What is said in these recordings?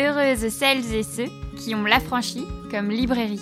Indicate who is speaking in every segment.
Speaker 1: Heureuses celles et ceux qui ont l'affranchi comme librairie.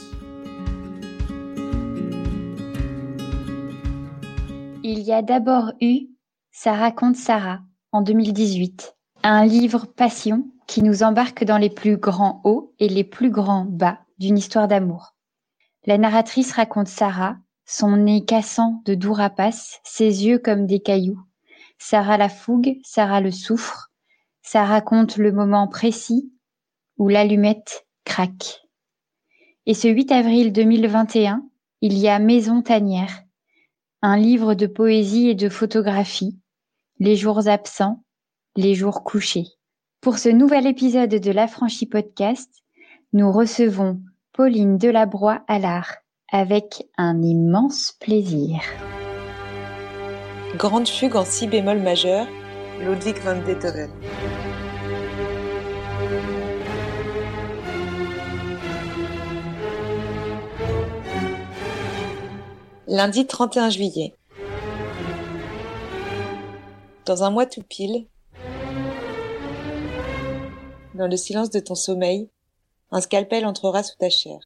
Speaker 2: Il y a d'abord eu Ça raconte Sarah en 2018, un livre passion qui nous embarque dans les plus grands hauts et les plus grands bas d'une histoire d'amour. La narratrice raconte Sarah, son nez cassant de doux rapaces, ses yeux comme des cailloux. Sarah la fougue, Sarah le souffre. Ça raconte le moment précis où l'allumette craque. Et ce 8 avril 2021, il y a Maison Tanière, un livre de poésie et de photographie, les jours absents, les jours couchés. Pour ce nouvel épisode de l'Affranchi Podcast, nous recevons Pauline Delabroix-Allard avec un immense plaisir.
Speaker 3: Grande fugue en si bémol majeur, Ludwig van Beethoven. Lundi 31 juillet. Dans un mois tout pile, dans le silence de ton sommeil, un scalpel entrera sous ta chair.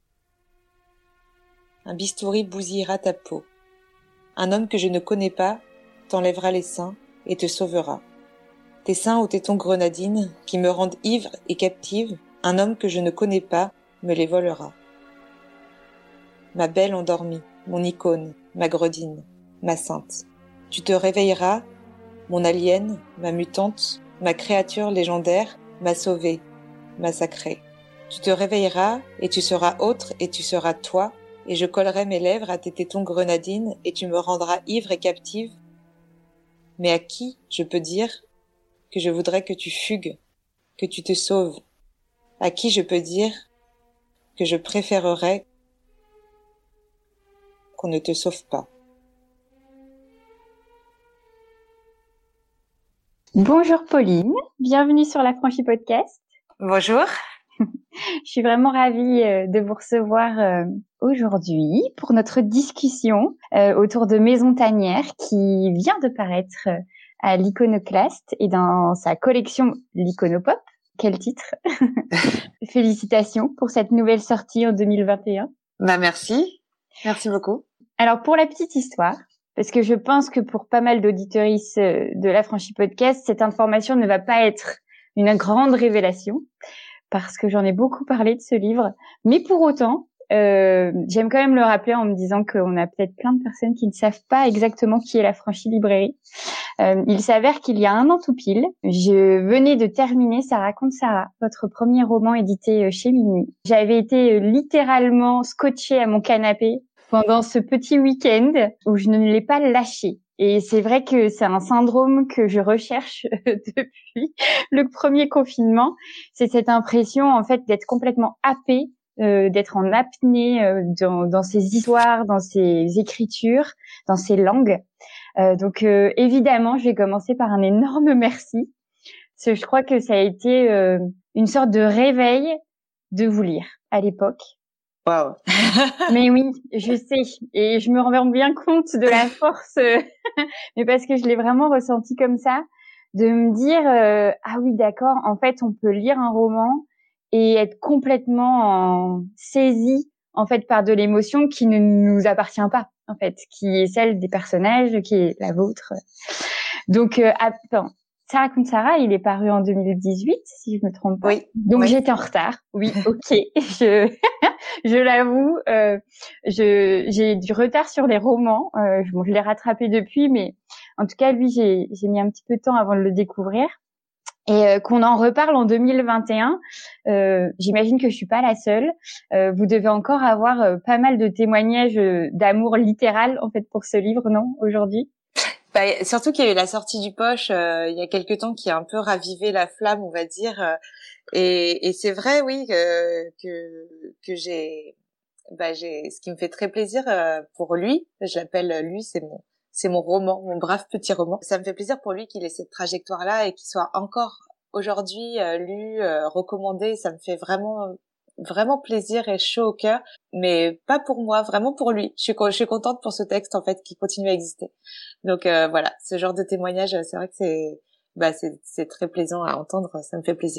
Speaker 3: Un bistouri bousillera ta peau. Un homme que je ne connais pas t'enlèvera les seins et te sauvera. Tes seins aux tétons grenadines qui me rendent ivre et captive, un homme que je ne connais pas me les volera. Ma belle endormie, mon icône, ma gredine, ma sainte. Tu te réveilleras, mon alien, ma mutante, ma créature légendaire, ma sauvée, ma sacrée. Tu te réveilleras et tu seras autre et tu seras toi, et je collerai mes lèvres à tes tétons grenadines et tu me rendras ivre et captive. Mais à qui je peux dire que je voudrais que tu fugues, que tu te sauves? À qui je peux dire que je préférerais qu'on ne te sauve pas?
Speaker 2: Bonjour Pauline, bienvenue sur l'Affranchi Podcast.
Speaker 3: Bonjour.
Speaker 2: Je suis vraiment ravie de vous recevoir aujourd'hui pour notre discussion autour de Maison Tanière qui vient de paraître à l'Iconoclaste et dans sa collection l'Iconopop. Quel titre! Félicitations pour cette nouvelle sortie en 2021.
Speaker 3: Merci beaucoup.
Speaker 2: Alors pour la petite histoire, parce que je pense que pour pas mal d'auditeuristes de l'Affranchi Podcast, cette information ne va pas être une grande révélation, parce que j'en ai beaucoup parlé de ce livre. Mais pour autant, j'aime quand même le rappeler en me disant qu'on a peut-être plein de personnes qui ne savent pas exactement qui est l'Affranchi Librairie. Il s'avère qu'il y a un an tout pile, je venais de terminer Ça raconte Sarah, votre premier roman édité chez Minuit. J'avais été littéralement scotchée à mon canapé pendant ce petit week-end où je ne l'ai pas lâché. Et c'est vrai que c'est un syndrome que je recherche depuis le premier confinement. C'est cette impression, en fait, d'être complètement happée, d'être en apnée dans ses histoires, dans ses écritures, dans ses langues. Donc, évidemment, je vais commencer par un énorme merci. Parce que je crois que ça a été une sorte de réveil de vous lire à l'époque.
Speaker 3: Waouh.
Speaker 2: Mais oui, je sais, et je me rends bien compte de la force, mais parce que je l'ai vraiment ressenti comme ça, de me dire ah oui d'accord, en fait on peut lire un roman et être complètement saisi en fait par de l'émotion qui ne nous appartient pas en fait, qui est celle des personnages, qui est la vôtre. Donc attends. Ça raconte Sarah, il est paru en 2018, si je me trompe pas.
Speaker 3: Oui.
Speaker 2: Donc
Speaker 3: oui.
Speaker 2: J'étais en retard. Oui, ok. Je l'avoue, j'ai du retard sur les romans. Je l'ai rattrapé depuis, mais en tout cas, lui, j'ai mis un petit peu de temps avant de le découvrir. Et qu'on en reparle en 2021, j'imagine que je suis pas la seule. Vous devez encore avoir pas mal de témoignages d'amour littéral, en fait, pour ce livre, non, aujourd'hui?
Speaker 3: Surtout qu'il y a eu la sortie du Poche il y a quelque temps qui a un peu ravivé la flamme, on va dire. Et c'est vrai, oui, que j'ai ce qui me fait très plaisir pour lui. Je l'appelle lui, c'est mon roman, mon brave petit roman. Ça me fait plaisir pour lui qu'il ait cette trajectoire-là et qu'il soit encore aujourd'hui lu, recommandé. Ça me fait vraiment plaisir et chaud au cœur, mais pas pour moi, vraiment pour lui. Je suis contente pour ce texte en fait qui continue à exister. Donc voilà, ce genre de témoignage, c'est vrai que c'est très plaisant à entendre, ça me fait plaisir.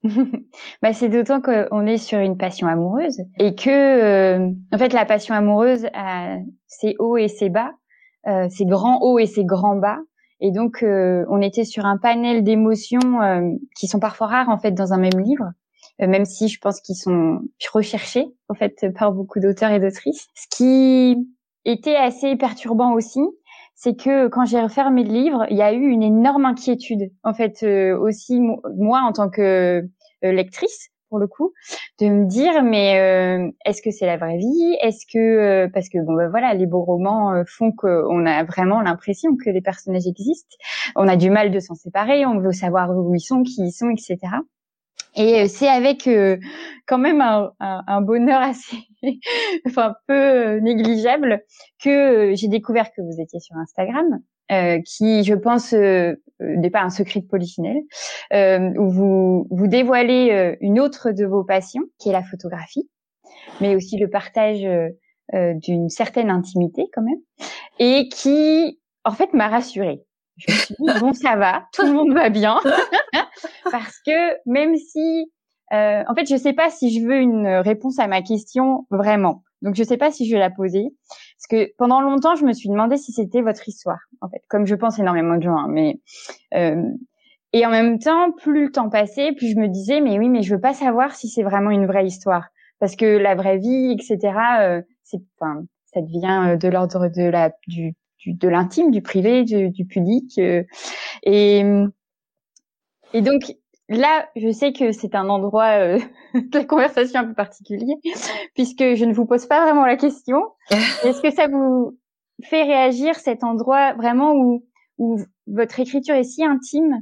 Speaker 2: Bah, c'est d'autant qu'on est sur une passion amoureuse et que, en fait, la passion amoureuse a ses hauts et ses bas, ses grands hauts et ses grands bas. Et donc, on était sur un panel d'émotions qui sont parfois rares en fait dans un même livre, même si je pense qu'ils sont recherchés en fait par beaucoup d'auteurs et d'autrices. Ce qui était assez perturbant aussi, c'est que quand j'ai refermé le livre, il y a eu une énorme inquiétude en fait aussi moi en tant que lectrice pour le coup, de me dire mais est-ce que c'est la vraie vie, est-ce que parce que bon ben voilà, les beaux romans font qu'on a vraiment l'impression que les personnages existent, on a du mal de s'en séparer, on veut savoir où ils sont, qui ils sont, etc. Et c'est avec quand même un bonheur assez enfin peu négligeable que j'ai découvert que vous étiez sur Instagram, qui je pense n'est pas un secret de Polychinelle, où vous dévoilez une autre de vos passions qui est la photographie, mais aussi le partage d'une certaine intimité quand même, et qui en fait m'a rassurée. Je me suis dit bon ça va, tout le monde va bien. Parce que même si, en fait, je sais pas si je veux une réponse à ma question vraiment. Donc, je sais pas si je vais la poser. Parce que pendant longtemps, je me suis demandé si c'était votre histoire, en fait, comme je pense énormément de gens. Hein, mais et en même temps, plus le temps passait, plus je me disais, mais oui, mais je veux pas savoir si c'est vraiment une vraie histoire, parce que la vraie vie, etc. Enfin, ça devient de l'ordre de l'intime, du privé, du public, et et donc là, je sais que c'est un endroit de la conversation un peu particulier, puisque je ne vous pose pas vraiment la question. Est-ce que ça vous fait réagir cet endroit vraiment où votre écriture est si intime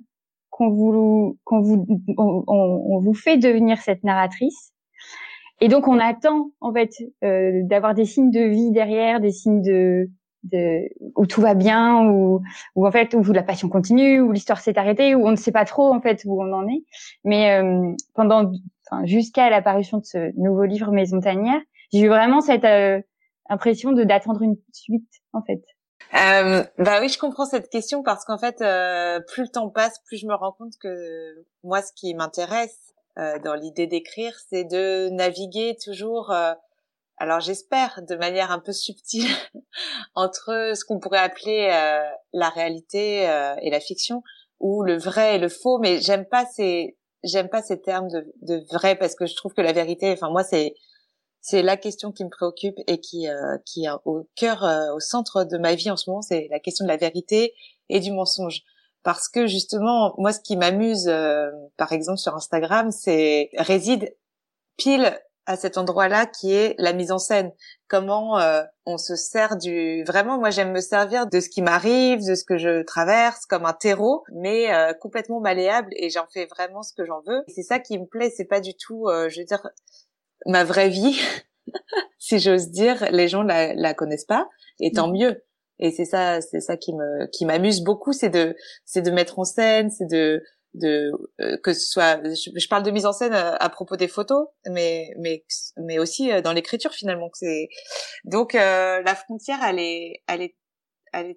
Speaker 2: on vous fait devenir cette narratrice, et donc on attend en fait d'avoir des signes de vie derrière, des signes de où tout va bien, où en fait où la passion continue, où l'histoire s'est arrêtée, où on ne sait pas trop en fait où on en est. Mais jusqu'à l'apparition de ce nouveau livre Maison Tanière, j'ai eu vraiment cette impression d'attendre une suite en fait.
Speaker 3: Bah oui, je comprends cette question parce qu'en fait, plus le temps passe, plus je me rends compte que moi, ce qui m'intéresse dans l'idée d'écrire, c'est de naviguer toujours, alors j'espère de manière un peu subtile, entre ce qu'on pourrait appeler la réalité et la fiction, ou le vrai et le faux. Mais j'aime pas ces termes de vrai, parce que je trouve que la vérité, enfin moi, c'est la question qui me préoccupe et qui est au cœur, au centre de ma vie en ce moment, c'est la question de la vérité et du mensonge. Parce que justement, moi, ce qui m'amuse, par exemple sur Instagram, réside pile à cet endroit-là qui est la mise en scène. Comment on se sert vraiment, moi j'aime me servir de ce qui m'arrive, de ce que je traverse comme un terreau, mais complètement malléable, et j'en fais vraiment ce que j'en veux. C'est ça qui me plaît, c'est pas du tout, je veux dire, ma vraie vie, si j'ose dire. Les gens la connaissent pas, et tant mieux. Et c'est ça qui m'amuse beaucoup, c'est de mettre en scène, c'est de que ce soit, je parle de mise en scène à propos des photos, mais aussi dans l'écriture finalement. Donc la frontière, elle est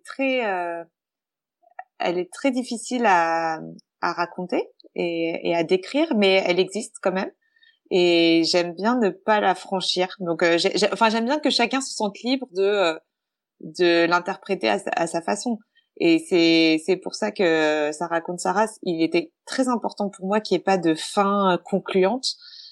Speaker 3: très difficile à raconter et à décrire, mais elle existe quand même. Et j'aime bien ne pas la franchir. Donc, j'aime bien que chacun se sente libre de l'interpréter à sa façon. Et c'est pour ça que Ça raconte sa race, il était très important pour moi qu'il n'y ait pas de fin concluante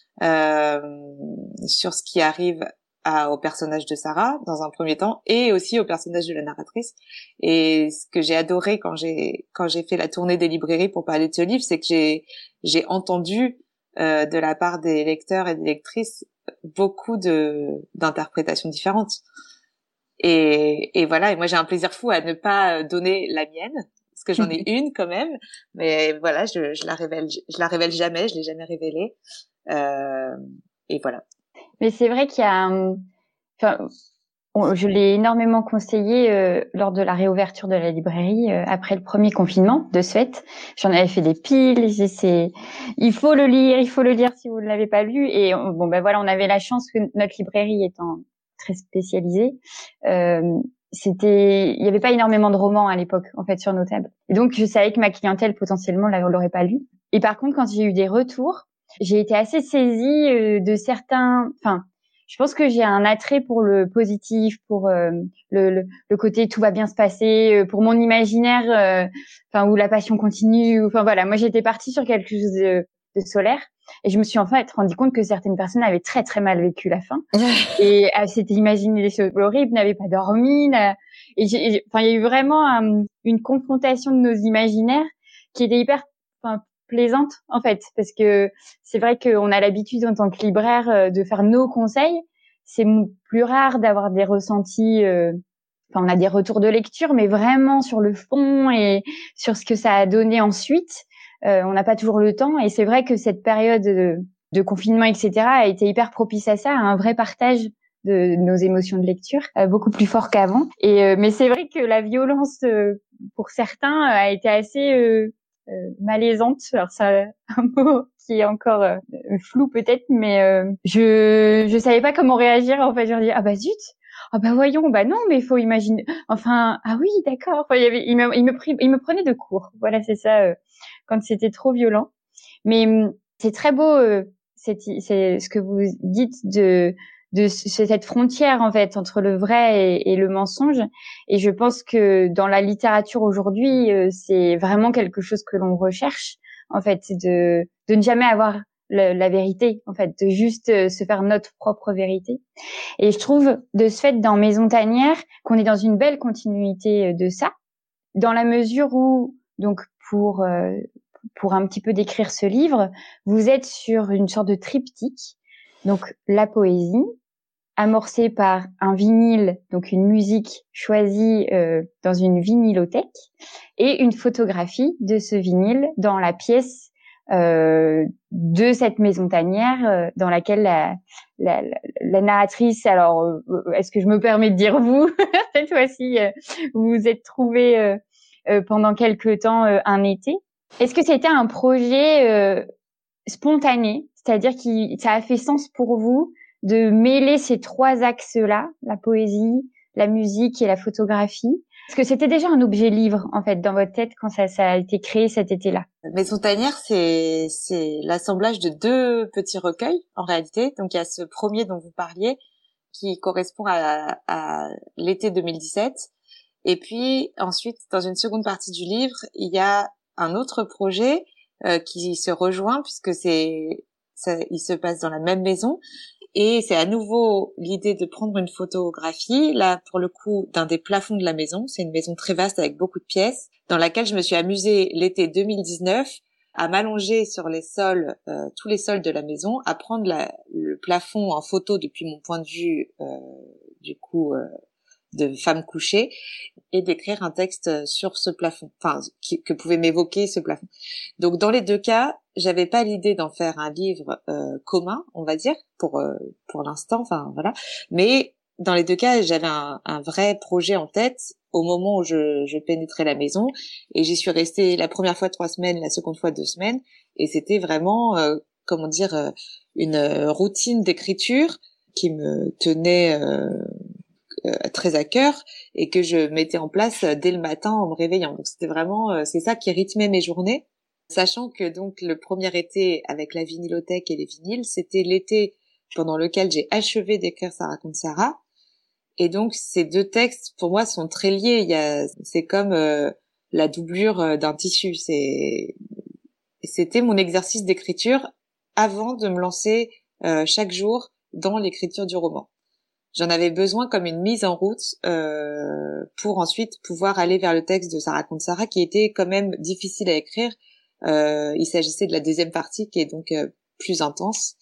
Speaker 3: sur ce qui arrive au personnage de Sarah dans un premier temps, et aussi au personnage de la narratrice. Et ce que j'ai adoré quand j'ai fait la tournée des librairies pour parler de ce livre, c'est que j'ai entendu de la part des lecteurs et des lectrices beaucoup d'interprétations différentes. Et voilà, et moi j'ai un plaisir fou à ne pas donner la mienne, parce que j'en ai une quand même, mais voilà, je la révèle jamais, je l'ai jamais révélée, et voilà.
Speaker 2: Mais c'est vrai qu'il y a je l'ai énormément conseillé lors de la réouverture de la librairie après le premier confinement, de ce fait. J'en avais fait des piles, il faut le lire si vous ne l'avez pas lu. Et on avait la chance que notre librairie étant très spécialisée, il y avait pas énormément de romans à l'époque en fait sur nos tables. Et donc je savais que ma clientèle potentiellement l'aurait pas lu. Et par contre, quand j'ai eu des retours, j'ai été assez saisie de certains. Enfin, je pense que j'ai un attrait pour le positif, pour le côté tout va bien se passer, pour mon imaginaire, enfin où la passion continue. Enfin voilà, moi j'étais partie sur quelque chose de solaire et je me suis en fait rendu compte que certaines personnes avaient très très mal vécu la fin et s'étaient imaginé des choses horribles, n'avaient pas dormi. Enfin il y a eu vraiment une confrontation de nos imaginaires qui était hyper plaisante en fait, parce que c'est vrai qu'on a l'habitude en tant que libraire de faire nos conseils. C'est plus rare d'avoir des ressentis. Enfin, on a des retours de lecture, mais vraiment sur le fond et sur ce que ça a donné ensuite. On n'a pas toujours le temps, et c'est vrai que cette période de confinement, etc., a été hyper propice à ça, à un vrai partage de nos émotions de lecture, beaucoup plus fort qu'avant. Et mais c'est vrai que la violence pour certains a été assez malaisante. Alors c'est un mot qui est encore flou peut-être, mais je savais pas comment réagir. En fait, je leur dis ah bah zut, ah bah voyons, bah non, mais il faut imaginer. Enfin ah oui d'accord. Enfin, il me prenait de court. Voilà c'est ça quand c'était trop violent. Mais c'est très beau. C'est ce que vous dites de cette frontière en fait entre le vrai et le mensonge, et je pense que dans la littérature aujourd'hui c'est vraiment quelque chose que l'on recherche en fait, c'est de ne jamais avoir la vérité en fait, de juste se faire notre propre vérité. Et je trouve de ce fait dans Maison Tanière qu'on est dans une belle continuité de ça, dans la mesure où donc pour un petit peu décrire ce livre, vous êtes sur une sorte de triptyque, donc la poésie, amorcé par un vinyle, donc une musique choisie dans une vinylothèque, et une photographie de ce vinyle dans la pièce de cette maison tanière dans laquelle la narratrice, alors est-ce que je me permets de dire vous, cette fois-ci, vous vous êtes trouvés pendant quelque temps un été. Est-ce que c'était un projet spontané, c'est-à-dire que ça a fait sens pour vous de mêler ces trois axes-là, la poésie, la musique et la photographie? Est-ce que c'était déjà un objet livre, en fait, dans votre tête quand ça a été créé cet été-là?
Speaker 3: Maison Tanière, c'est l'assemblage de deux petits recueils, en réalité. Donc, il y a ce premier dont vous parliez, qui correspond à l'été 2017. Et puis, ensuite, dans une seconde partie du livre, il y a un autre projet qui se rejoint, puisque il se passe dans la même maison. Et c'est à nouveau l'idée de prendre une photographie, là pour le coup d'un des plafonds de la maison. C'est une maison très vaste avec beaucoup de pièces, dans laquelle je me suis amusée l'été 2019 à m'allonger sur les sols, tous les sols de la maison, à prendre le plafond en photo depuis mon point de vue de femme couchée, et d'écrire un texte sur ce plafond, enfin que pouvait m'évoquer ce plafond. Donc dans les deux cas, j'avais pas l'idée d'en faire un livre commun, on va dire, pour l'instant, enfin voilà. Mais dans les deux cas, j'avais un vrai projet en tête au moment où je pénétrais la maison, et j'y suis restée la première fois 3 semaines, la seconde fois 2 semaines, et c'était vraiment une routine d'écriture qui me tenait très à cœur et que je mettais en place dès le matin en me réveillant. Donc c'était vraiment c'est ça qui rythmait mes journées, sachant que donc le premier été avec la vinylothèque et les vinyles, c'était l'été pendant lequel j'ai achevé d'écrire Ça raconte Sarah. Et donc ces deux textes pour moi sont très liés, c'est comme la doublure d'un tissu, c'était mon exercice d'écriture avant de me lancer chaque jour dans l'écriture du roman. J'en avais besoin comme une mise en route pour ensuite pouvoir aller vers le texte de Ça raconte Sarah, qui était quand même difficile à écrire. Il s'agissait de la deuxième partie qui est donc plus intense,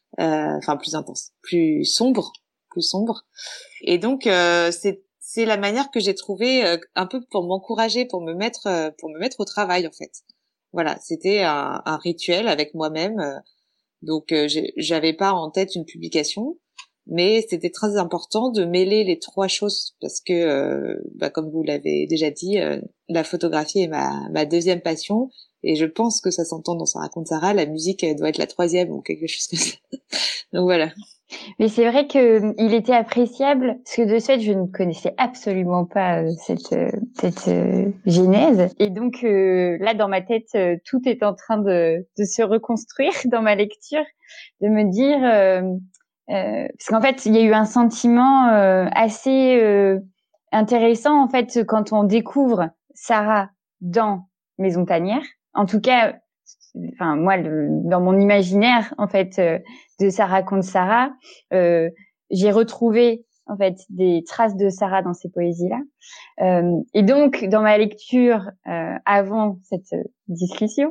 Speaker 3: plus sombre. Et donc c'est la manière que j'ai trouvé un peu pour m'encourager, pour me mettre au travail en fait. Voilà, c'était un rituel avec moi-même. Donc j'avais pas en tête une publication. Mais c'était très important de mêler les trois choses parce que, comme vous l'avez déjà dit, la photographie est ma deuxième passion, et je pense que ça s'entend dans Ça raconte Sarah. La musique doit être la troisième ou quelque chose comme ça. Donc voilà.
Speaker 2: Mais c'est vrai que il était appréciable parce que de ce fait, je ne connaissais absolument pas cette genèse. Et donc là, dans ma tête, tout est en train de se reconstruire dans ma lecture, de me dire parce qu'en fait, il y a eu un sentiment assez intéressant en fait quand on découvre Sarah dans Maison Tanière. En tout cas, enfin moi, dans mon imaginaire en fait de Sarah contre Sarah, j'ai retrouvé en fait des traces de Sarah dans ces poésies-là. Et donc dans ma lecture avant cette discussion,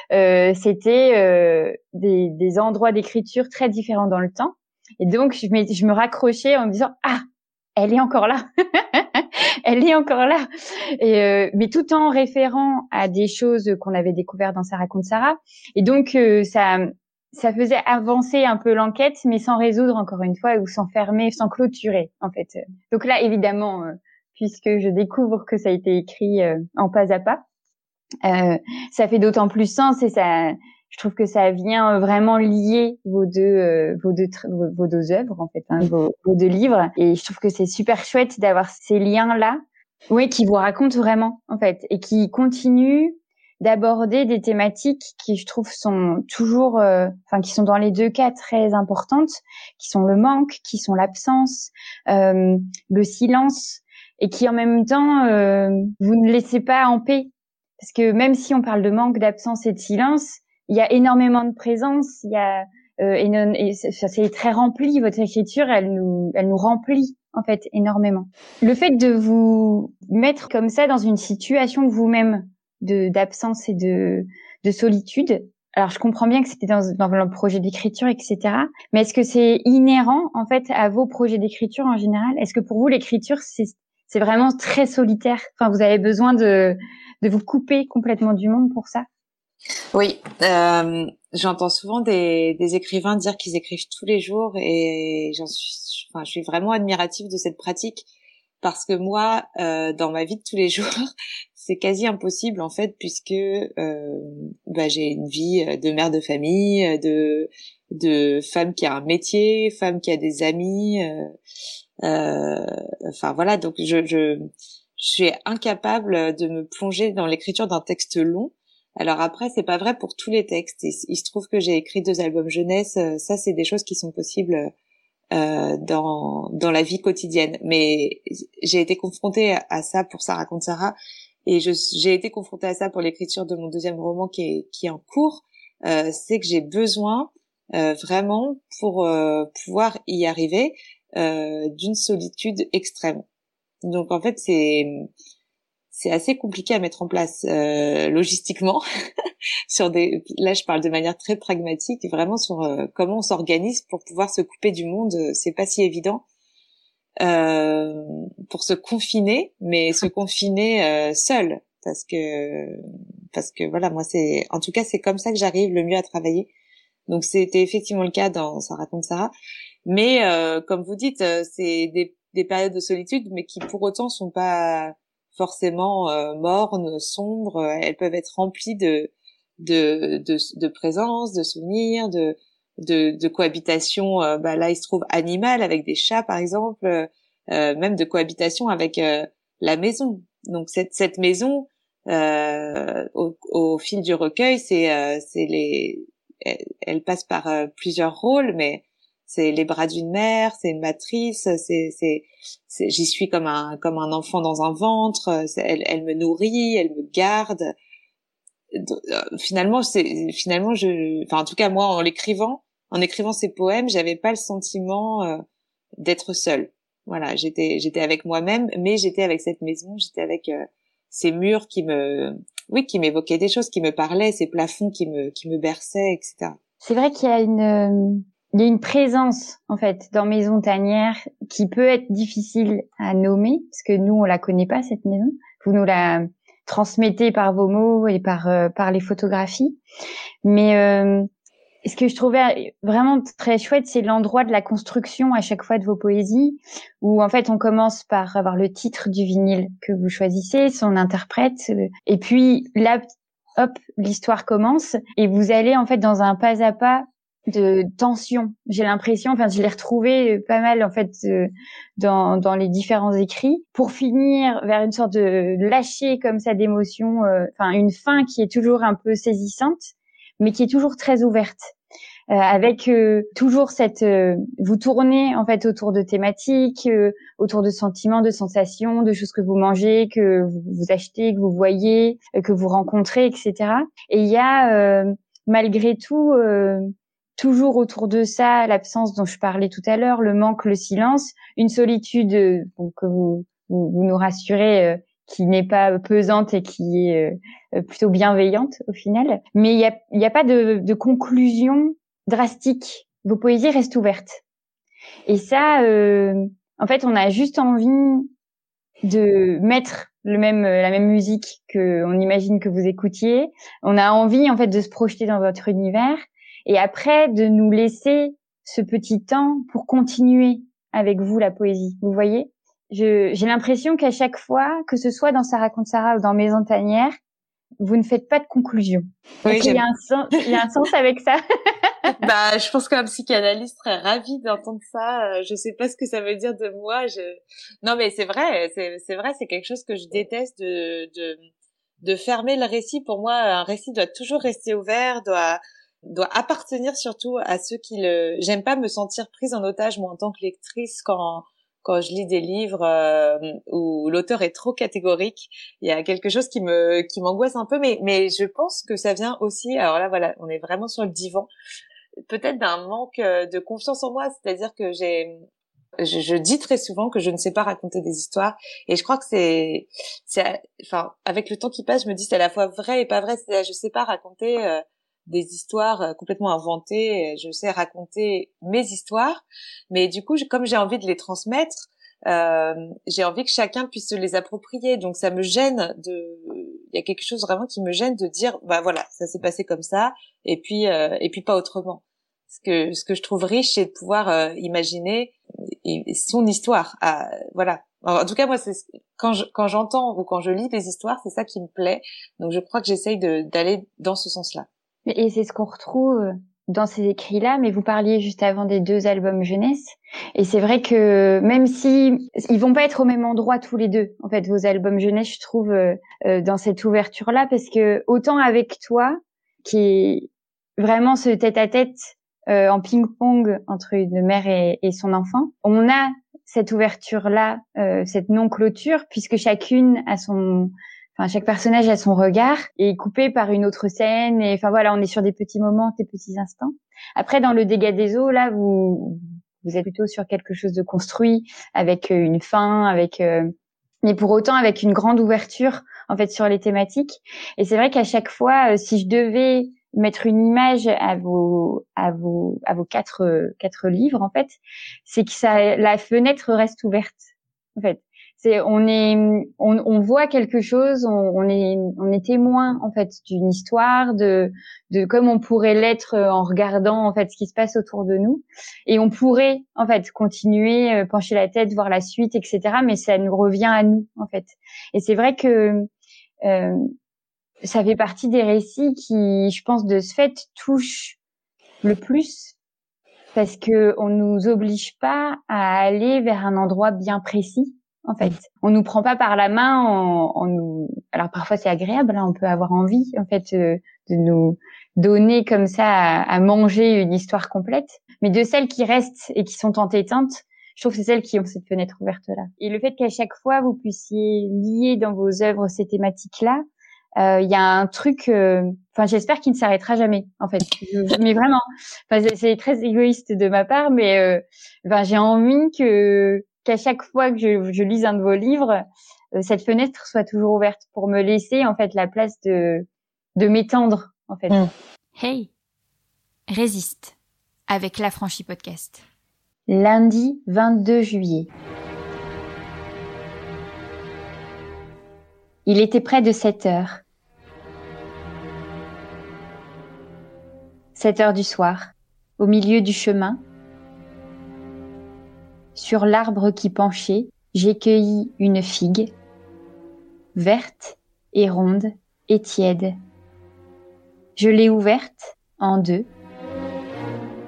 Speaker 2: c'était des endroits d'écriture très différents dans le temps. Et donc je me raccrochais en me disant ah, elle est encore là. Elle est encore là. Et mais tout en référant à des choses qu'on avait découvertes dans Sarah contre Sarah. Et donc ça faisait avancer un peu l'enquête, mais sans résoudre encore une fois, ou sans fermer, sans clôturer en fait. Donc là, évidemment, puisque je découvre que ça a été écrit en pas à pas, ça fait d'autant plus sens et ça, je trouve que ça vient vraiment lier vos deux œuvres en fait, vos deux livres. Et je trouve que c'est super chouette d'avoir ces liens là, oui, qui vous racontent vraiment en fait et qui continuent d'aborder des thématiques qui je trouve sont toujours, qui sont dans les deux cas très importantes, qui sont le manque, qui sont l'absence, le silence, et qui en même temps vous ne laissez pas en paix. Parce que même si on parle de manque, d'absence et de silence, il y a énormément de présence, il y a et c'est très rempli, votre écriture, elle nous remplit en fait énormément. Le fait de vous mettre comme ça dans une situation vous-même d'absence et de solitude, alors je comprends bien que c'était dans le projet d'écriture, etc. Mais est-ce que c'est inhérent en fait à vos projets d'écriture en général? Est-ce que pour vous l'écriture c'est vraiment très solitaire? Enfin, vous avez besoin de vous couper complètement du monde pour ça?
Speaker 3: Oui, j'entends souvent des écrivains dire qu'ils écrivent tous les jours et je suis vraiment admirative de cette pratique parce que moi, dans ma vie de tous les jours, c'est quasi impossible en fait puisque j'ai une vie de mère de famille, de femme qui a un métier, femme qui a des amis. Voilà, donc je suis incapable de me plonger dans l'écriture d'un texte long. Alors après, c'est pas vrai pour tous les textes. Il se trouve que j'ai écrit 2 albums jeunesse. Ça, c'est des choses qui sont possibles dans la vie quotidienne. Mais j'ai été confrontée à ça pour Sarah contre Sarah, et j'ai été confrontée à ça pour l'écriture de mon 2e roman qui est en cours. C'est que j'ai besoin vraiment pour pouvoir y arriver d'une solitude extrême. Donc en fait, c'est assez compliqué à mettre en place logistiquement là je parle de manière très pragmatique, vraiment sur comment on s'organise pour pouvoir se couper du monde. C'est pas si évident pour se confiner, mais se confiner seul, parce que voilà, moi en tout cas c'est comme ça que j'arrive le mieux à travailler. Donc c'était effectivement le cas dans Sarah contre Sarah, mais comme vous dites, c'est des périodes de solitude, mais qui pour autant sont pas forcément mornes, sombres. Elles peuvent être remplies de présence, de souvenirs, de cohabitation. Là, il se trouve animale avec des chats, par exemple, même de cohabitation avec la maison. Donc cette maison, au fil du recueil, elle passe par plusieurs rôles, mais c'est les bras d'une mère, c'est une matrice, j'y suis comme un enfant dans un ventre. Elle me nourrit, elle me garde. Finalement, en tout cas moi, en écrivant ces poèmes, j'avais pas le sentiment d'être seule. Voilà, j'étais avec moi-même, mais j'étais avec cette maison, j'étais avec ces murs qui m'évoquaient des choses, qui me parlaient, ces plafonds qui me berçaient, etc.
Speaker 2: C'est vrai qu'il y a une présence, en fait, dans Maison Tanière qui peut être difficile à nommer, parce que nous, on la connaît pas, cette maison. Vous nous la transmettez par vos mots et par les photographies. Mais ce que je trouvais vraiment très chouette, c'est l'endroit de la construction à chaque fois de vos poésies, où en fait on commence par avoir le titre du vinyle que vous choisissez, son interprète, et puis là, hop, l'histoire commence, et vous allez en fait dans un pas à pas de tension. J'ai l'impression, enfin, je l'ai retrouvé pas mal en fait dans les différents écrits, pour finir vers une sorte de lâcher comme ça d'émotion, enfin une fin qui est toujours un peu saisissante, mais qui est toujours très ouverte. Avec toujours cette vous tournez en fait autour de thématiques, autour de sentiments, de sensations, de choses que vous mangez, que vous achetez, que vous voyez, que vous rencontrez, etc. Et il y a malgré tout toujours autour de ça l'absence dont je parlais tout à l'heure, le manque, le silence, une solitude que vous nous rassurez, qui n'est pas pesante et qui est plutôt bienveillante au final. Mais il y a pas de conclusion drastique. Vos poésies restent ouvertes. Et ça, en fait, on a juste envie de mettre la même musique que on imagine que vous écoutiez. On a envie, en fait, de se projeter dans votre univers. Et après, de nous laisser ce petit temps pour continuer avec vous la poésie. Vous voyez? J'ai l'impression qu'à chaque fois, que ce soit dans Ça raconte Sarah ou dans Maison Tanière, vous ne faites pas de conclusion.
Speaker 3: Oui,
Speaker 2: il y a un sens avec ça.
Speaker 3: Bah, je pense qu'un psychanalyste serait ravi d'entendre ça. Je sais pas ce que ça veut dire de moi. Non, mais c'est vrai, c'est quelque chose que je déteste de fermer le récit. Pour moi, un récit doit toujours rester ouvert, doit appartenir surtout à ceux qui le. J'aime pas me sentir prise en otage, moi, en tant que lectrice, quand je lis des livres où l'auteur est trop catégorique. Il y a quelque chose qui m'angoisse un peu, mais je pense que ça vient aussi. Alors là, voilà, on est vraiment sur le divan. Peut-être d'un manque de confiance en moi, c'est-à-dire que je dis très souvent que je ne sais pas raconter des histoires, et je crois que enfin, avec le temps qui passe, je me dis c'est à la fois vrai et pas vrai. C'est-à-dire, je sais pas raconter des histoires complètement inventées. Je sais raconter mes histoires, mais du coup, comme j'ai envie de les transmettre, j'ai envie que chacun puisse se les approprier. Donc ça me gêne il y a quelque chose vraiment qui me gêne de dire bah voilà, ça s'est passé comme ça, et puis pas autrement. Ce que je trouve riche, c'est de pouvoir imaginer son histoire. Voilà. Alors, en tout cas, moi, c'est quand j'entends ou quand je lis des histoires, c'est ça qui me plaît. Donc je crois que j'essaye d'aller dans ce sens-là.
Speaker 2: Et c'est ce qu'on retrouve dans ces écrits-là, mais vous parliez juste avant des 2 albums jeunesse. Et c'est vrai que même si ils vont pas être au même endroit tous les deux, en fait, vos albums jeunesse, je trouve, dans cette ouverture-là, parce que autant avec toi, qui est vraiment ce tête-à-tête en ping-pong entre une mère et son enfant, on a cette ouverture-là, cette non-clôture, puisque chaque personnage a son regard et est coupé par une autre scène. Et enfin voilà, on est sur des petits moments, des petits instants. Après, dans le dégât des eaux, là, vous êtes plutôt sur quelque chose de construit, avec une fin, mais pour autant avec une grande ouverture en fait sur les thématiques. Et c'est vrai qu'à chaque fois, si je devais mettre une image à vos quatre livres, en fait, c'est que la fenêtre reste ouverte. En fait, on voit quelque chose, on est témoin en fait d'une histoire, de comme on pourrait l'être en regardant en fait ce qui se passe autour de nous, et on pourrait en fait continuer, pencher la tête, voir la suite, etc. Mais ça nous revient à nous en fait. Et c'est vrai que ça fait partie des récits qui, je pense, de ce fait, touchent le plus, parce que on nous oblige pas à aller vers un endroit bien précis. En fait, on nous prend pas par la main en nous. Alors parfois c'est agréable, hein, on peut avoir envie, en fait, de nous donner comme ça à manger une histoire complète. Mais de celles qui restent et qui sont entêtantes, je trouve que c'est celles qui ont cette fenêtre ouverte là. Et le fait qu'à chaque fois vous puissiez lier dans vos œuvres ces thématiques-là, il y a un truc, enfin j'espère qu'il ne s'arrêtera jamais en fait. Mais vraiment, enfin c'est très égoïste de ma part, mais j'ai envie qu'à chaque fois que je lise un de vos livres, cette fenêtre soit toujours ouverte pour me laisser en fait la place de m'étendre en fait.
Speaker 1: Hey, résiste avec l'Affranchi Podcast.
Speaker 2: Lundi 22 juillet. Il était près de 7 heures. 7 heures du soir, au milieu du chemin. Sur l'arbre qui penchait, j'ai cueilli une figue, verte et ronde et tiède. Je l'ai ouverte en deux.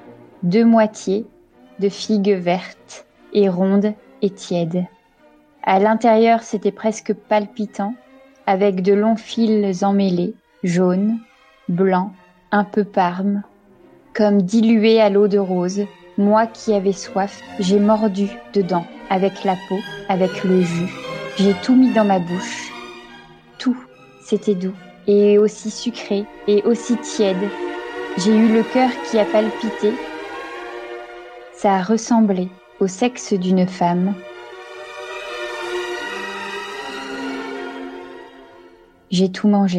Speaker 2: deux moitiés de figues vertes et rondes et tièdes. À l'intérieur, c'était presque palpitant, avec de longs fils emmêlés, jaunes, blancs, un peu parmes, comme dilués à l'eau de rose. Moi qui avais soif, j'ai mordu dedans, avec la peau, avec le jus. J'ai tout mis dans ma bouche. Tout, c'était doux, et aussi sucré, et aussi tiède. J'ai eu le cœur qui a palpité. Ça a ressemblé au sexe d'une femme. J'ai tout mangé.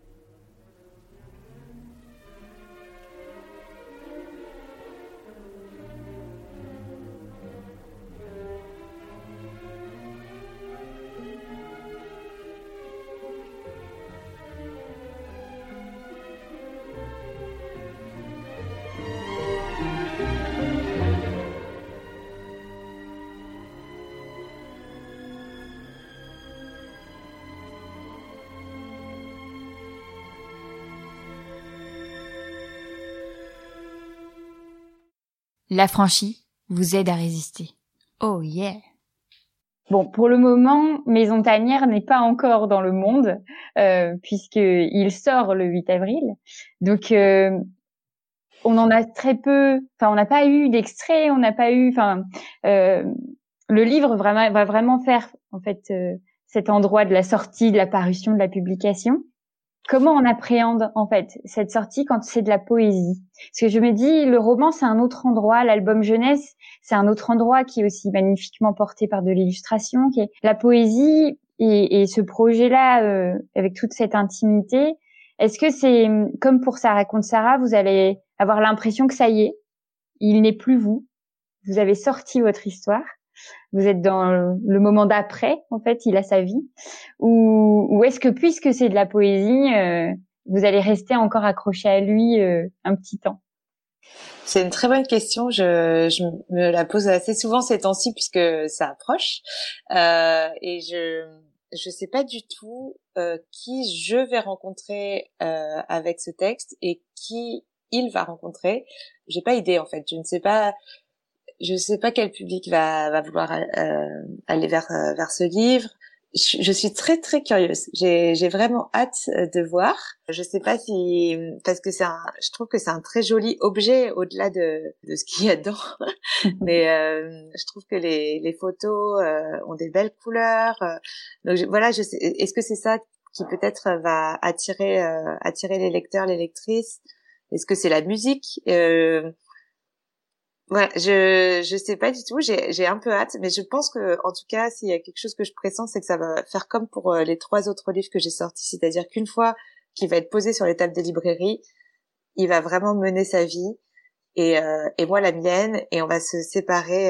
Speaker 1: L'affranchi vous aide à résister. Oh yeah!
Speaker 2: Bon, pour le moment, Maison Tanière n'est pas encore dans le monde, puisqu'il sort le 8 avril. Donc, on en a très peu, enfin, on n'a pas eu d'extrait, on n'a pas eu, le livre va vraiment faire, en fait, cet endroit de la sortie, de la parution, de la publication. Comment on appréhende, en fait, cette sortie quand c'est de la poésie? Parce que je me dis, le roman, c'est un autre endroit, l'album jeunesse, c'est un autre endroit qui est aussi magnifiquement porté par de l'illustration, qui est la poésie et ce projet-là, avec toute cette intimité. Est-ce que c'est, comme pour Ça raconte Sarah, vous allez avoir l'impression que ça y est, il n'est plus vous, vous avez sorti votre histoire, vous êtes dans le moment d'après, en fait, il a sa vie, ou est-ce que puisque c'est de la poésie, vous allez rester encore accroché à lui un petit temps?
Speaker 3: C'est une très bonne question. Je me la pose assez souvent ces temps-ci puisque ça approche, et je sais pas du tout qui je vais rencontrer avec ce texte et qui il va rencontrer. J'ai pas idée en fait. Je sais pas quel public va vouloir aller vers ce livre. Je suis très très curieuse. J'ai vraiment hâte de voir. Je sais pas si, parce que je trouve que c'est un très joli objet au-delà de ce qu'il y a dedans. Mais je trouve que les photos ont des belles couleurs. Donc voilà, je sais. Est-ce que c'est ça qui peut-être va attirer les lecteurs, les lectrices? Est-ce que c'est la musique? Ouais, je sais pas du tout, j'ai un peu hâte, mais je pense que en tout cas, s'il y a quelque chose que je pressens, c'est que ça va faire comme pour les 3 autres livres que j'ai sortis, c'est-à-dire qu'une fois qu'il va être posé sur les tables des librairies, il va vraiment mener sa vie et moi la mienne, et on va se séparer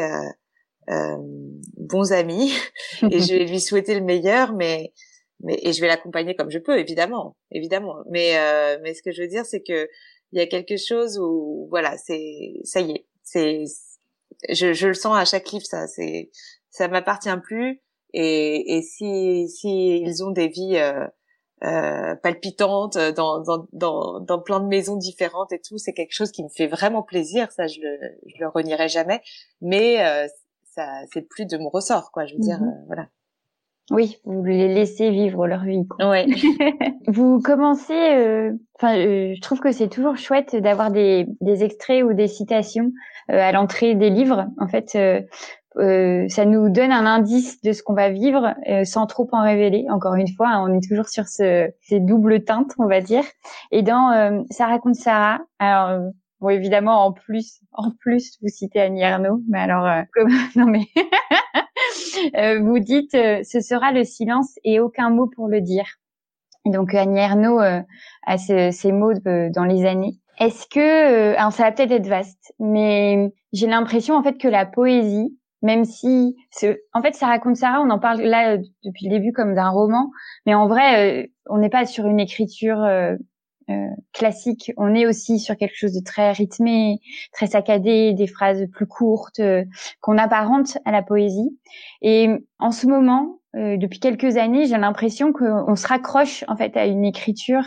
Speaker 3: bons amis et je vais lui souhaiter le meilleur, mais et je vais l'accompagner comme je peux, évidemment. Mais ce que je veux dire, c'est que il y a quelque chose où voilà, ça y est. Je le sens à chaque livre, ça m'appartient plus, et si ils ont des vies palpitantes dans plein de maisons différentes et tout, c'est quelque chose qui me fait vraiment plaisir, ça je le renierai jamais, mais ça c'est plus de mon ressort, quoi, je veux dire, voilà.
Speaker 2: Oui, vous les laissez vivre leur vie, quoi.
Speaker 3: Ouais.
Speaker 2: Vous commencez, je trouve que c'est toujours chouette d'avoir des extraits ou des citations à l'entrée des livres. En fait, ça nous donne un indice de ce qu'on va vivre sans trop en révéler. Encore une fois, hein, on est toujours sur ces doubles teintes, on va dire. Et dans Ça raconte Sarah, alors bon, évidemment, en plus, vous citez Annie Ernaux, mais alors non mais vous dites ce sera le silence et aucun mot pour le dire. Donc Annie Ernaux a ces mots dans les années. Est-ce que alors ça va peut-être être vaste, mais j'ai l'impression en fait que la poésie, même si en fait Ça raconte Sarah, on en parle là depuis le début comme d'un roman, mais en vrai on n'est pas sur une écriture classique, on est aussi sur quelque chose de très rythmé, très saccadé, des phrases plus courtes qu'on apparente à la poésie. Et en ce moment, depuis quelques années, j'ai l'impression qu'on se raccroche en fait à une écriture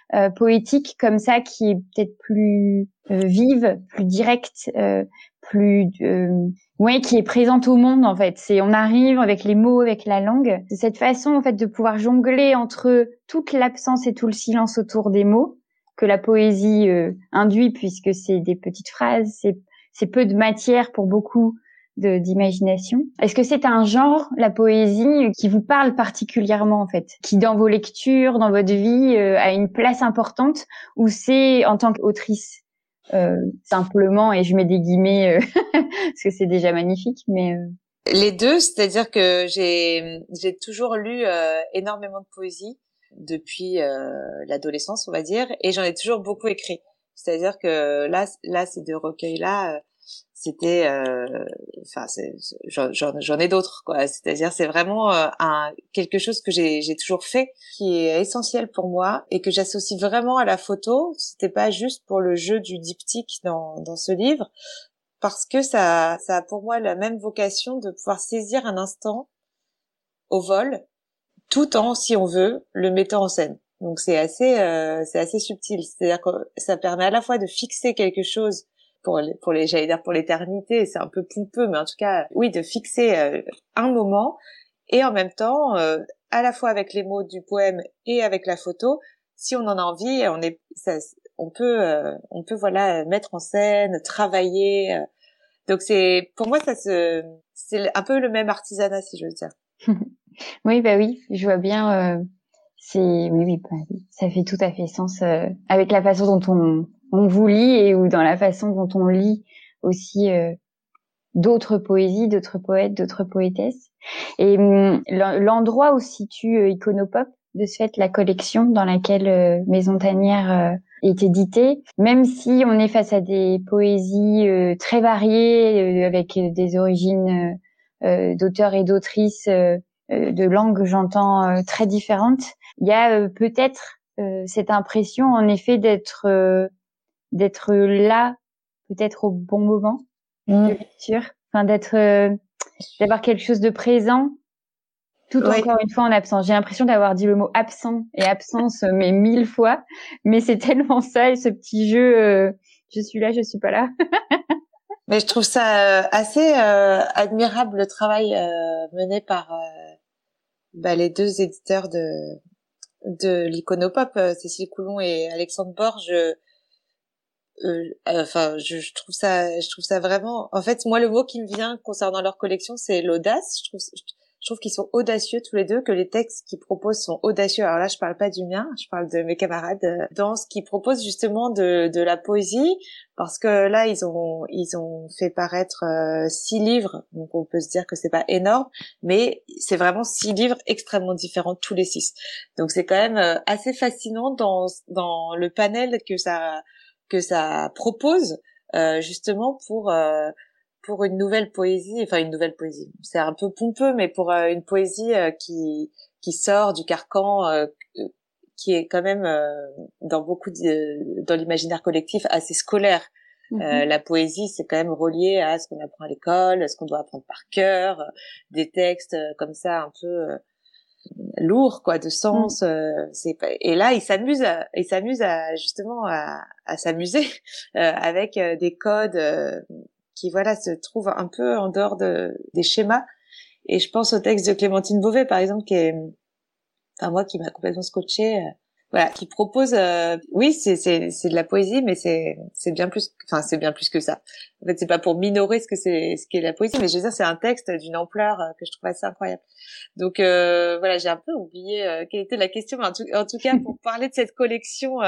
Speaker 2: poétique comme ça qui est peut-être plus vive, plus directe, plus qui est présente au monde en fait. On arrive avec les mots, avec la langue. C'est cette façon en fait de pouvoir jongler entre toute l'absence et tout le silence autour des mots que la poésie induit, puisque c'est des petites phrases, c'est peu de matière pour beaucoup d'imagination. Est-ce que c'est un genre, la poésie, qui vous parle particulièrement en fait, qui dans vos lectures, dans votre vie, a une place importante, ou c'est en tant qu'autrice simplement, et je mets des guillemets parce que c'est déjà magnifique, mais
Speaker 3: les deux, c'est-à-dire que j'ai toujours lu énormément de poésie depuis l'adolescence, on va dire, et j'en ai toujours beaucoup écrit. C'est-à-dire que là ces deux recueils-là, c'était, j'en ai d'autres, quoi. C'est-à-dire, c'est vraiment quelque chose que j'ai toujours fait, qui est essentiel pour moi et que j'associe vraiment à la photo. C'était pas juste pour le jeu du diptyque dans ce livre, parce que ça a pour moi la même vocation de pouvoir saisir un instant au vol, tout en, si on veut, le mettant en scène. Donc c'est assez subtil. C'est-à-dire que ça permet à la fois de fixer quelque chose j'allais dire pour l'éternité, c'est un peu pompeux, mais en tout cas, oui, de fixer un moment, et en même temps, à la fois avec les mots du poème et avec la photo, si on en a envie, on peut voilà mettre en scène, travailler. Donc pour moi, c'est un peu le même artisanat, si je veux dire.
Speaker 2: Oui, bah oui, je vois bien. Oui, ça fait tout à fait sens avec la façon dont on vous lit ou dans la façon dont on lit aussi d'autres poésies, d'autres poètes, d'autres poétesses. Et l'endroit où se situe Iconopop, de ce fait la collection dans laquelle Maison Tanière est éditée, même si on est face à des poésies très variées, avec des origines d'auteurs et d'autrices de langues, j'entends, très différentes, il y a peut-être cette impression en effet d'être là peut-être au bon moment de lecture, enfin d'avoir quelque chose de présent tout encore une fois en absence. J'ai l'impression d'avoir dit le mot absent et absence mais 1000 fois, mais c'est tellement ça, et ce petit jeu je suis là, je suis pas là.
Speaker 3: Mais je trouve ça assez admirable, le travail mené par les deux éditeurs de l'Iconopop, Cécile Coulon et Alexandre Borges. Je trouve ça vraiment, en fait, moi, le mot qui me vient concernant leur collection, c'est l'audace. Je trouve qu'ils sont audacieux tous les deux, que les textes qu'ils proposent sont audacieux. Alors là, je parle pas du mien, je parle de mes camarades, dans ce qu'ils proposent justement de la poésie, parce que là, ils ont fait paraître 6 livres, donc on peut se dire que c'est pas énorme, mais c'est vraiment 6 livres extrêmement différents, tous les 6. Donc c'est quand même assez fascinant dans le panel que ça propose, justement pour une nouvelle poésie, enfin une nouvelle poésie. C'est un peu pompeux, mais pour une poésie qui sort du carcan, qui est quand même dans l'imaginaire collectif assez scolaire. La poésie, c'est quand même relié à ce qu'on apprend à l'école, à ce qu'on doit apprendre par cœur, des textes comme ça un peu lourds, quoi, de sens. Et là, il s'amuse justement à s'amuser avec des codes qui se trouvent un peu en dehors des schémas. Et je pense au texte de Clémentine Beauvais, par exemple, qui m'a complètement scotché. Qui propose, oui, c'est de la poésie, mais c'est bien plus que ça. En fait, c'est pas pour minorer ce qu'est la poésie, mais je veux dire, c'est un texte d'une ampleur que je trouve assez incroyable. Donc j'ai un peu oublié quelle était la question, mais en tout cas, pour parler de cette collection,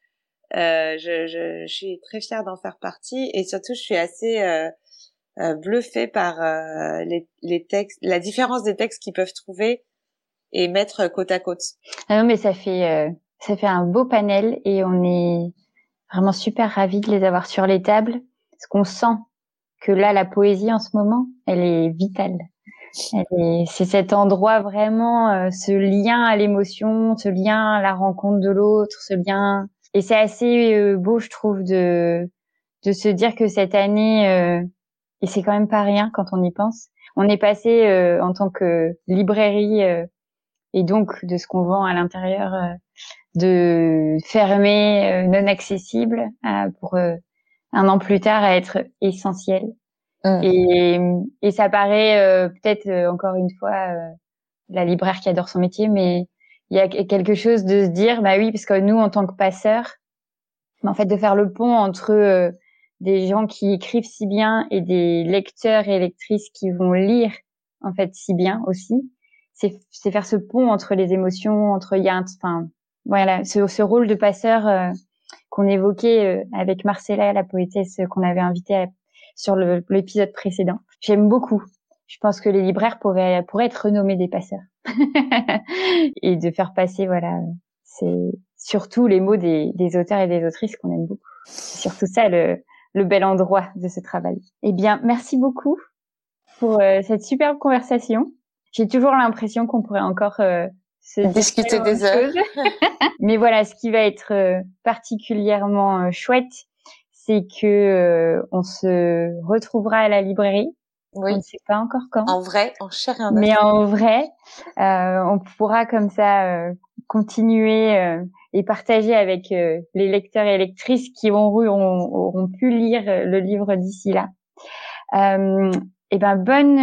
Speaker 3: je suis très fière d'en faire partie, et surtout, je suis assez bluffée par les textes, la différence des textes qu'ils peuvent trouver et mettre côte à côte.
Speaker 2: Ah non, mais ça fait un beau panel, et on est vraiment super ravis de les avoir sur les tables, parce qu'on sent que là, la poésie en ce moment, elle est vitale. C'est cet endroit vraiment, ce lien à l'émotion, ce lien à la rencontre de l'autre, ce lien. Et c'est assez beau, je trouve, de se dire que cette année, et c'est quand même pas rien quand on y pense, on est passé en tant que librairie et donc de ce qu'on vend à l'intérieur, de fermé, non accessible, pour un an plus tard à être essentiel. Et ça paraît peut-être encore une fois la libraire qui adore son métier, mais il y a quelque chose de se dire bah oui, parce que nous en tant que passeurs, en fait de faire le pont entre des gens qui écrivent si bien et des lecteurs et lectrices qui vont lire en fait si bien aussi, c'est faire ce pont entre les émotions, entre voilà, ce rôle de passeur qu'on évoquait avec Marcella, la poétesse qu'on avait invitée sur l'épisode précédent. J'aime beaucoup. Je pense que les libraires pourraient être renommés des passeurs. Et de faire passer, voilà, c'est surtout les mots des auteurs et des autrices qu'on aime beaucoup. C'est surtout ça le bel endroit de ce travail. Eh bien, merci beaucoup pour cette superbe conversation. J'ai toujours l'impression qu'on pourrait encore se
Speaker 3: discuter des heures.
Speaker 2: Mais voilà, ce qui va être particulièrement chouette, c'est que on se retrouvera à la librairie.
Speaker 3: Oui.
Speaker 2: On ne sait pas encore quand.
Speaker 3: En vrai, en chair et en os.
Speaker 2: Mais en vrai, on pourra comme ça continuer et partager avec les lecteurs et lectrices qui auront pu lire le livre d'ici là. Et ben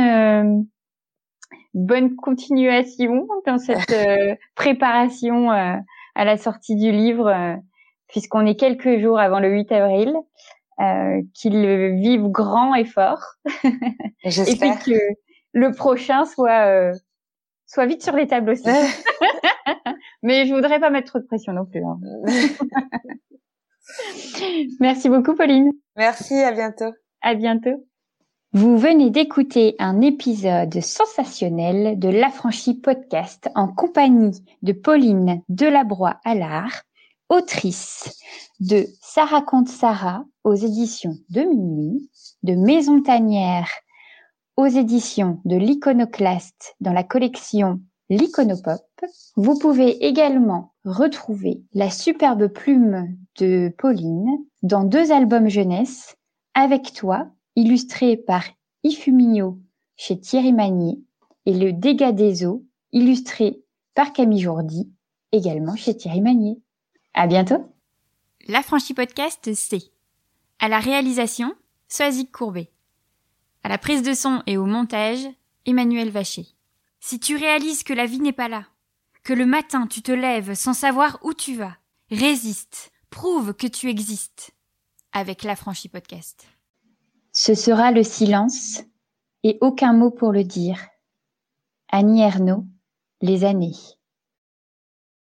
Speaker 2: bonne continuation dans cette préparation à la sortie du livre, puisqu'on est quelques jours avant le 8 avril. Qu'il vive grand et fort.
Speaker 3: J'espère.
Speaker 2: Et puis que le prochain soit vite sur les tables aussi. Mais je voudrais pas mettre trop de pression non plus. Hein. Merci beaucoup, Pauline.
Speaker 3: Merci, à bientôt.
Speaker 2: À bientôt. Vous venez d'écouter un épisode sensationnel de l'Affranchi Podcast en compagnie de Pauline Delabroix-Allard, autrice de Ça raconte Sarah aux éditions de Minuit, de Maison Tanière aux éditions de l'Iconoclaste dans la collection L'Iconopop. Vous pouvez également retrouver la superbe plume de Pauline dans 2 albums jeunesse, Avec toi, illustré par Yves Mignot chez Thierry Magnier, et Le Dégât des eaux, illustré par Camille Jourdi, également chez Thierry Magnier. À bientôt.
Speaker 1: L'Affranchi Podcast, c'est à la réalisation, Soazic Courbet. À la prise de son et au montage, Emmanuel Vacher. Si tu réalises que la vie n'est pas là, que le matin tu te lèves sans savoir où tu vas, résiste, prouve que tu existes. Avec l'Affranchi Podcast.
Speaker 2: Ce sera le silence et aucun mot pour le dire. Annie Ernaux, Les années.